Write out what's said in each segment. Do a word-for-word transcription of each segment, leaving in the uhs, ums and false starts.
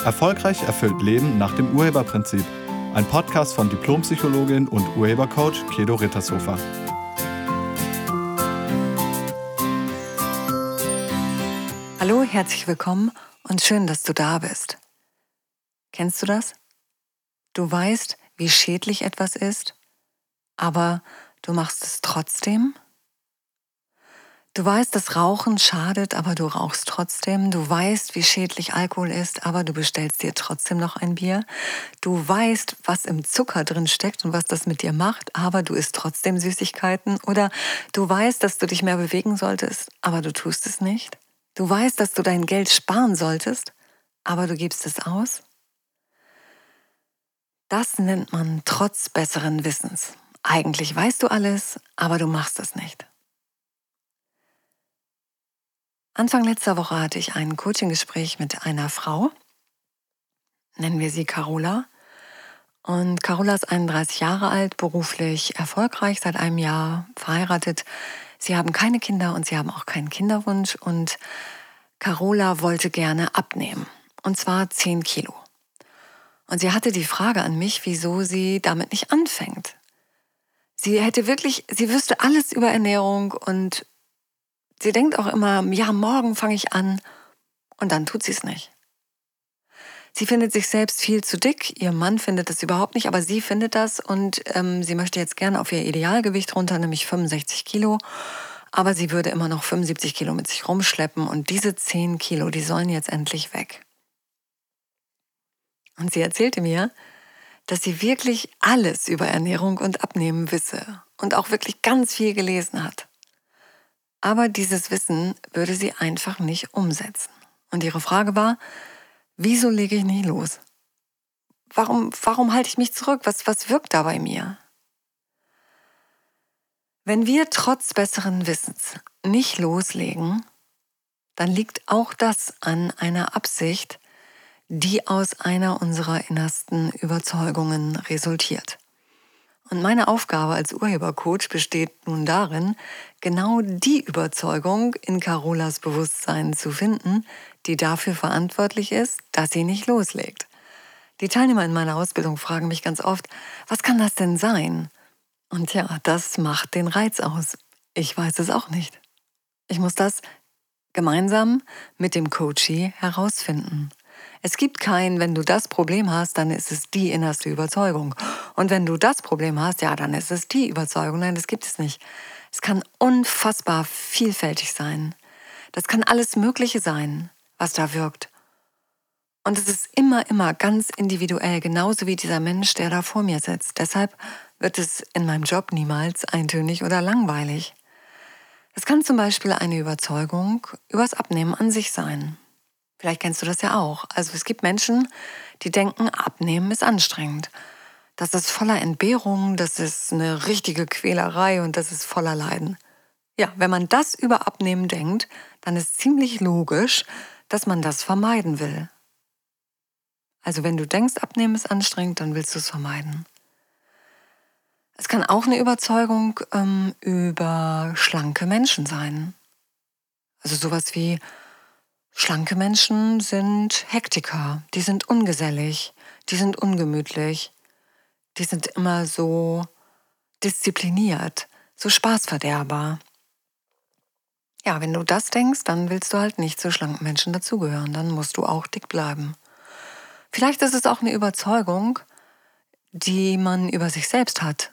Erfolgreich erfüllt Leben nach dem Urheberprinzip. Ein Podcast von Diplompsychologin und Urhebercoach Kedo Rittershofer. Hallo, herzlich willkommen und schön, dass du da bist. Kennst du das? Du weißt, wie schädlich etwas ist, aber du machst es trotzdem? Du weißt, dass Rauchen schadet, aber du rauchst trotzdem. Du weißt, wie schädlich Alkohol ist, aber du bestellst dir trotzdem noch ein Bier. Du weißt, was im Zucker drin steckt und was das mit dir macht, aber du isst trotzdem Süßigkeiten. Oder du weißt, dass du dich mehr bewegen solltest, aber du tust es nicht. Du weißt, dass du dein Geld sparen solltest, aber du gibst es aus. Das nennt man trotz besseren Wissens. Eigentlich weißt du alles, aber du machst es nicht. Anfang letzter Woche hatte ich ein Coaching-Gespräch mit einer Frau, nennen wir sie Carola. Und Carola ist einunddreißig Jahre alt, beruflich erfolgreich, seit einem Jahr verheiratet. Sie haben keine Kinder und sie haben auch keinen Kinderwunsch. Und Carola wollte gerne abnehmen, und zwar zehn Kilo. Und sie hatte die Frage an mich, wieso sie damit nicht anfängt. Sie hätte wirklich, sie wüsste alles über Ernährung und sie denkt auch immer, ja, morgen fange ich an, und dann tut sie es nicht. Sie findet sich selbst viel zu dick, ihr Mann findet das überhaupt nicht, aber sie findet das und ähm, sie möchte jetzt gerne auf ihr Idealgewicht runter, nämlich fünfundsechzig Kilo, aber sie würde immer noch fünfundsiebzig Kilo mit sich rumschleppen und diese zehn Kilo, die sollen jetzt endlich weg. Und sie erzählte mir, dass sie wirklich alles über Ernährung und Abnehmen wisse und auch wirklich ganz viel gelesen hat. Aber dieses Wissen würde sie einfach nicht umsetzen. Und ihre Frage war, wieso lege ich nicht los? Warum, warum halte ich mich zurück? Was, was wirkt da bei mir? Wenn wir trotz besseren Wissens nicht loslegen, dann liegt auch das an einer Absicht, die aus einer unserer innersten Überzeugungen resultiert. Und meine Aufgabe als Urhebercoach besteht nun darin, genau die Überzeugung in Carolas Bewusstsein zu finden, die dafür verantwortlich ist, dass sie nicht loslegt. Die Teilnehmer in meiner Ausbildung fragen mich ganz oft, was kann das denn sein? Und ja, das macht den Reiz aus. Ich weiß es auch nicht. Ich muss das gemeinsam mit dem Coachee herausfinden. Es gibt kein, wenn du das Problem hast, dann ist es die innerste Überzeugung. Und wenn du das Problem hast, ja, dann ist es die Überzeugung. Nein, das gibt es nicht. Es kann unfassbar vielfältig sein. Das kann alles Mögliche sein, was da wirkt. Und es ist immer, immer ganz individuell, genauso wie dieser Mensch, der da vor mir sitzt. Deshalb wird es in meinem Job niemals eintönig oder langweilig. Es kann zum Beispiel eine Überzeugung übers Abnehmen an sich sein. Vielleicht kennst du das ja auch. Also es gibt Menschen, die denken, Abnehmen ist anstrengend. Das ist voller Entbehrung, das ist eine richtige Quälerei und das ist voller Leiden. Ja, wenn man das über Abnehmen denkt, dann ist ziemlich logisch, dass man das vermeiden will. Also wenn du denkst, Abnehmen ist anstrengend, dann willst du es vermeiden. Es kann auch eine Überzeugung ähm, über schlanke Menschen sein. Also sowas wie, schlanke Menschen sind Hektiker, die sind ungesellig, die sind ungemütlich, die sind immer so diszipliniert, so Spaßverderber. Ja, wenn du das denkst, dann willst du halt nicht zu schlanken Menschen dazugehören, dann musst du auch dick bleiben. Vielleicht ist es auch eine Überzeugung, die man über sich selbst hat.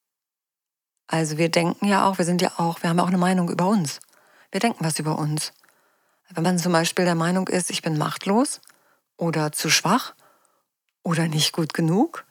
Also wir denken ja auch, wir sind ja auch, wir haben ja auch eine Meinung über uns. Wir denken was über uns. Wenn man zum Beispiel der Meinung ist, ich bin machtlos oder zu schwach oder nicht gut genug,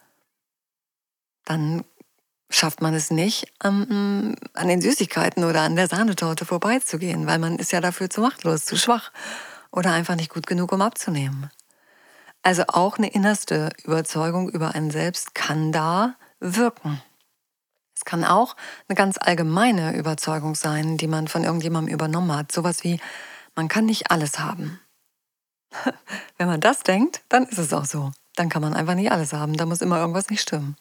dann schafft man es nicht, an, an den Süßigkeiten oder an der Sahnetorte vorbeizugehen, weil man ist ja dafür zu machtlos, zu schwach oder einfach nicht gut genug, um abzunehmen. Also auch eine innerste Überzeugung über einen selbst kann da wirken. Es kann auch eine ganz allgemeine Überzeugung sein, die man von irgendjemandem übernommen hat. Sowas wie, man kann nicht alles haben. Wenn man das denkt, dann ist es auch so. Dann kann man einfach nicht alles haben. Da muss immer irgendwas nicht stimmen.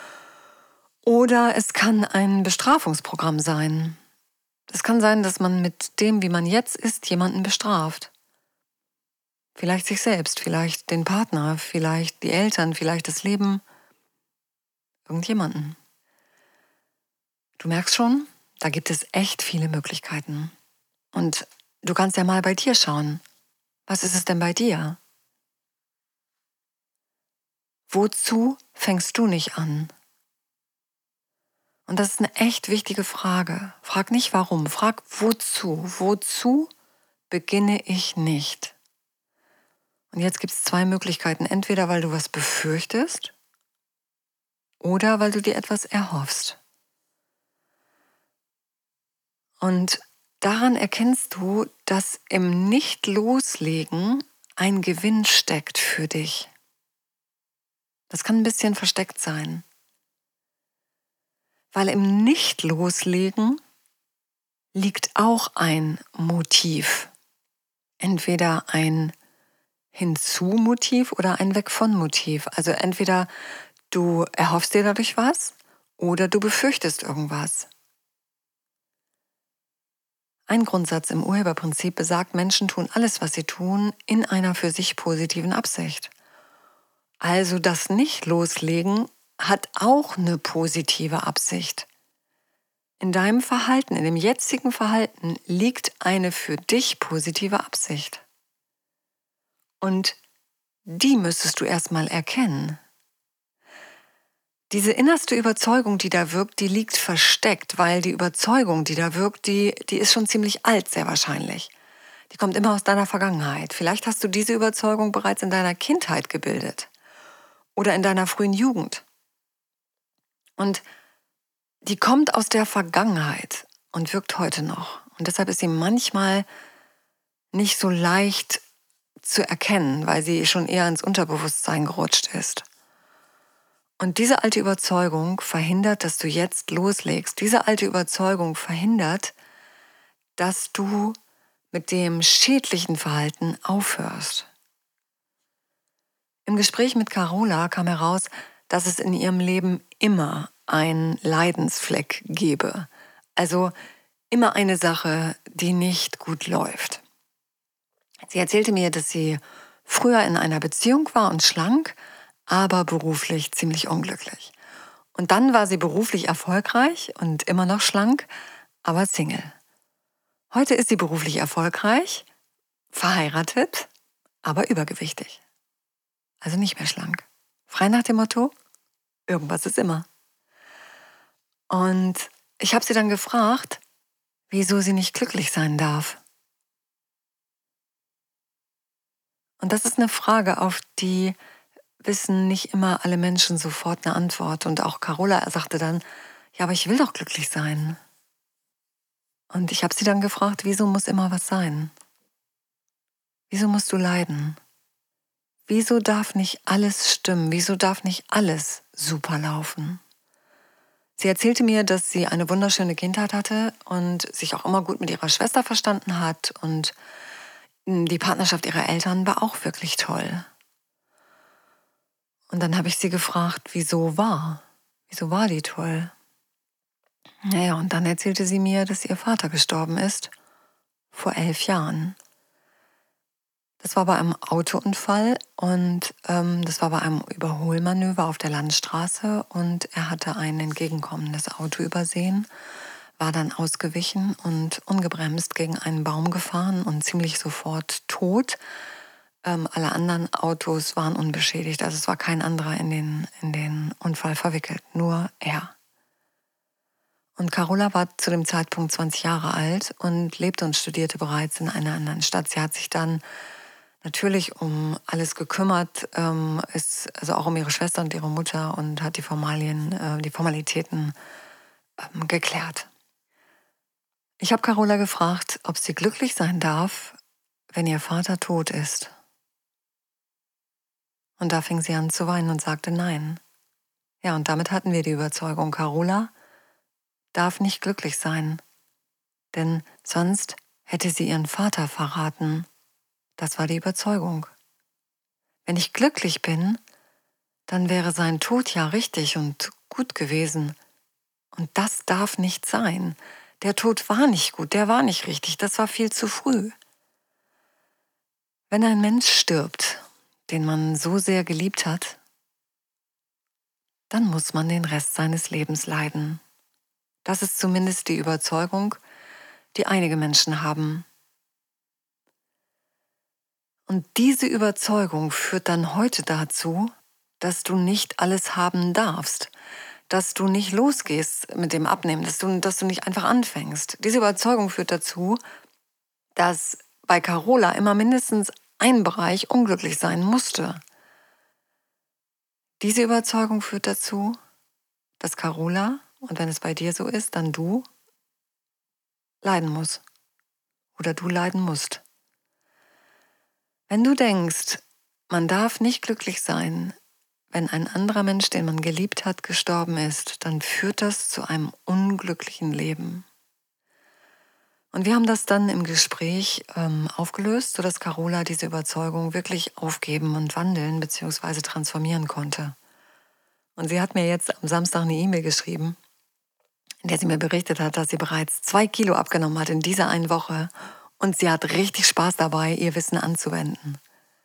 Oder es kann ein Bestrafungsprogramm sein. Es kann sein, dass man mit dem, wie man jetzt ist, jemanden bestraft. Vielleicht sich selbst, vielleicht den Partner, vielleicht die Eltern, vielleicht das Leben, irgendjemanden. Du merkst schon, da gibt es echt viele Möglichkeiten. Und du kannst ja mal bei dir schauen. Was ist es denn bei dir? Wozu fängst du nicht an? Und das ist eine echt wichtige Frage. Frag nicht warum, frag wozu. Wozu beginne ich nicht? Und jetzt gibt es zwei Möglichkeiten. Entweder weil du was befürchtest oder weil du dir etwas erhoffst. Und daran erkennst du, dass im Nicht-Loslegen ein Gewinn steckt für dich. Das kann ein bisschen versteckt sein. Weil im Nicht-Loslegen liegt auch ein Motiv. Entweder ein Hinzu-Motiv oder ein Weg-von-Motiv. Also entweder du erhoffst dir dadurch was oder du befürchtest irgendwas. Ein Grundsatz im Urheberprinzip besagt, Menschen tun alles, was sie tun, in einer für sich positiven Absicht. Also das Nicht-Loslegen hat auch eine positive Absicht. In deinem Verhalten, in dem jetzigen Verhalten liegt eine für dich positive Absicht. Und die müsstest du erstmal erkennen. Diese innerste Überzeugung, die da wirkt, die liegt versteckt, weil die Überzeugung, die da wirkt, die, die ist schon ziemlich alt, sehr wahrscheinlich. Die kommt immer aus deiner Vergangenheit. Vielleicht hast du diese Überzeugung bereits in deiner Kindheit gebildet oder in deiner frühen Jugend. Und die kommt aus der Vergangenheit und wirkt heute noch. Und deshalb ist sie manchmal nicht so leicht zu erkennen, weil sie schon eher ins Unterbewusstsein gerutscht ist. Und diese alte Überzeugung verhindert, dass du jetzt loslegst. Diese alte Überzeugung verhindert, dass du mit dem schädlichen Verhalten aufhörst. Im Gespräch mit Carola kam heraus, dass es in ihrem Leben immer einen Leidensfleck gebe. Also immer eine Sache, die nicht gut läuft. Sie erzählte mir, dass sie früher in einer Beziehung war und schlank, aber beruflich ziemlich unglücklich. Und dann war sie beruflich erfolgreich und immer noch schlank, aber Single. Heute ist sie beruflich erfolgreich, verheiratet, aber übergewichtig. Also nicht mehr schlank. Frei nach dem Motto, irgendwas ist immer. Und ich habe sie dann gefragt, wieso sie nicht glücklich sein darf. Und das ist eine Frage, auf die wissen nicht immer alle Menschen sofort eine Antwort. Und auch Carola sagte dann, ja, aber ich will doch glücklich sein. Und ich habe sie dann gefragt, wieso muss immer was sein? Wieso musst du leiden? Wieso darf nicht alles stimmen? Wieso darf nicht alles super laufen? Sie erzählte mir, dass sie eine wunderschöne Kindheit hatte und sich auch immer gut mit ihrer Schwester verstanden hat. Und die Partnerschaft ihrer Eltern war auch wirklich toll. Und dann habe ich sie gefragt, wieso war? Wieso war die toll? Naja, und dann erzählte sie mir, dass ihr Vater gestorben ist, vor elf Jahren. Das war bei einem Autounfall und ähm, das war bei einem Überholmanöver auf der Landstraße und er hatte ein entgegenkommendes Auto übersehen, war dann ausgewichen und ungebremst gegen einen Baum gefahren und ziemlich sofort tot. Ähm, alle anderen Autos waren unbeschädigt, also es war kein anderer in den, in den Unfall verwickelt, nur er. Und Carola war zu dem Zeitpunkt zwanzig Jahre alt und lebte und studierte bereits in einer anderen Stadt. Sie hat sich dann natürlich um alles gekümmert, ähm, ist also auch um ihre Schwester und ihre Mutter und hat die Formalien, äh, die Formalitäten ähm, geklärt. Ich habe Carola gefragt, ob sie glücklich sein darf, wenn ihr Vater tot ist. Und da fing sie an zu weinen und sagte nein. Ja, und damit hatten wir die Überzeugung, Carola darf nicht glücklich sein, denn sonst hätte sie ihren Vater verraten. Das war die Überzeugung. Wenn ich glücklich bin, dann wäre sein Tod ja richtig und gut gewesen. Und das darf nicht sein. Der Tod war nicht gut, der war nicht richtig, das war viel zu früh. Wenn ein Mensch stirbt, den man so sehr geliebt hat, dann muss man den Rest seines Lebens leiden. Das ist zumindest die Überzeugung, die einige Menschen haben. Und diese Überzeugung führt dann heute dazu, dass du nicht alles haben darfst, dass du nicht losgehst mit dem Abnehmen, dass du, dass du nicht einfach anfängst. Diese Überzeugung führt dazu, dass bei Carola immer mindestens ein Bereich unglücklich sein musste. Diese Überzeugung führt dazu, dass Carola, und wenn es bei dir so ist, dann du leiden muss oder du leiden musst. Wenn du denkst, man darf nicht glücklich sein, wenn ein anderer Mensch, den man geliebt hat, gestorben ist, dann führt das zu einem unglücklichen Leben. Und wir haben das dann im Gespräch ähm, aufgelöst, sodass Carola diese Überzeugung wirklich aufgeben und wandeln bzw. transformieren konnte. Und sie hat mir jetzt am Samstag eine E-Mail geschrieben, in der sie mir berichtet hat, dass sie bereits zwei Kilo abgenommen hat in dieser einen Woche und sie hat richtig Spaß dabei, ihr Wissen anzuwenden.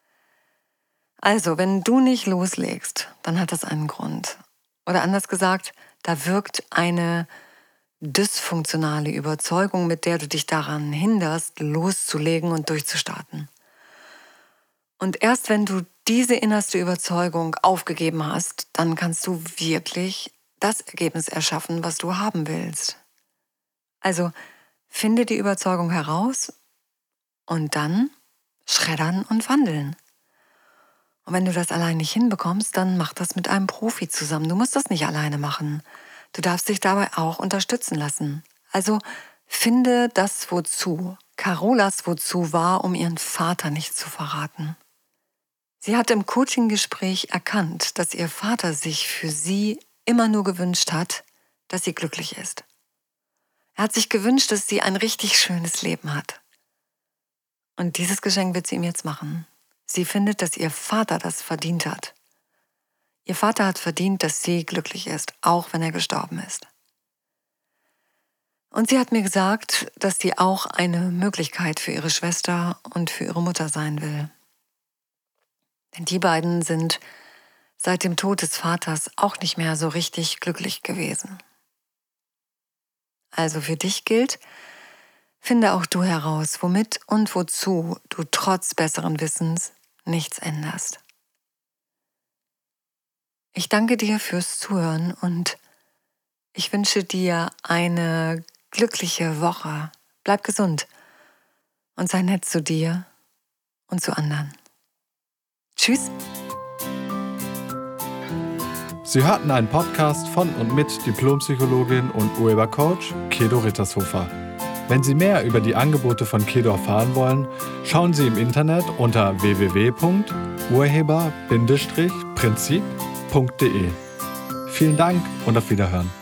Also, wenn du nicht loslegst, dann hat das einen Grund. Oder anders gesagt, da wirkt eine dysfunktionale Überzeugung, mit der du dich daran hinderst, loszulegen und durchzustarten. Und erst wenn du diese innerste Überzeugung aufgegeben hast, dann kannst du wirklich das Ergebnis erschaffen, was du haben willst. Also finde die Überzeugung heraus und dann schreddern und wandeln. Und wenn du das allein nicht hinbekommst, dann mach das mit einem Profi zusammen. Du musst das nicht alleine machen. Du darfst dich dabei auch unterstützen lassen. Also finde das Wozu. Carolas Wozu war, um ihren Vater nicht zu verraten. Sie hat im Coaching-Gespräch erkannt, dass ihr Vater sich für sie immer nur gewünscht hat, dass sie glücklich ist. Er hat sich gewünscht, dass sie ein richtig schönes Leben hat. Und dieses Geschenk wird sie ihm jetzt machen. Sie findet, dass ihr Vater das verdient hat. Ihr Vater hat verdient, dass sie glücklich ist, auch wenn er gestorben ist. Und sie hat mir gesagt, dass sie auch eine Möglichkeit für ihre Schwester und für ihre Mutter sein will. Denn die beiden sind seit dem Tod des Vaters auch nicht mehr so richtig glücklich gewesen. Also für dich gilt, finde auch du heraus, womit und wozu du trotz besseren Wissens nichts änderst. Ich danke dir fürs Zuhören und ich wünsche dir eine glückliche Woche. Bleib gesund und sei nett zu dir und zu anderen. Tschüss. Sie hörten einen Podcast von und mit Diplompsychologin und Urhebercoach Kedo Rittershofer. Wenn Sie mehr über die Angebote von Kedo erfahren wollen, schauen Sie im Internet unter w w w punkt urheber Bindestrich prinzip punkt de. Vielen Dank und auf Wiederhören.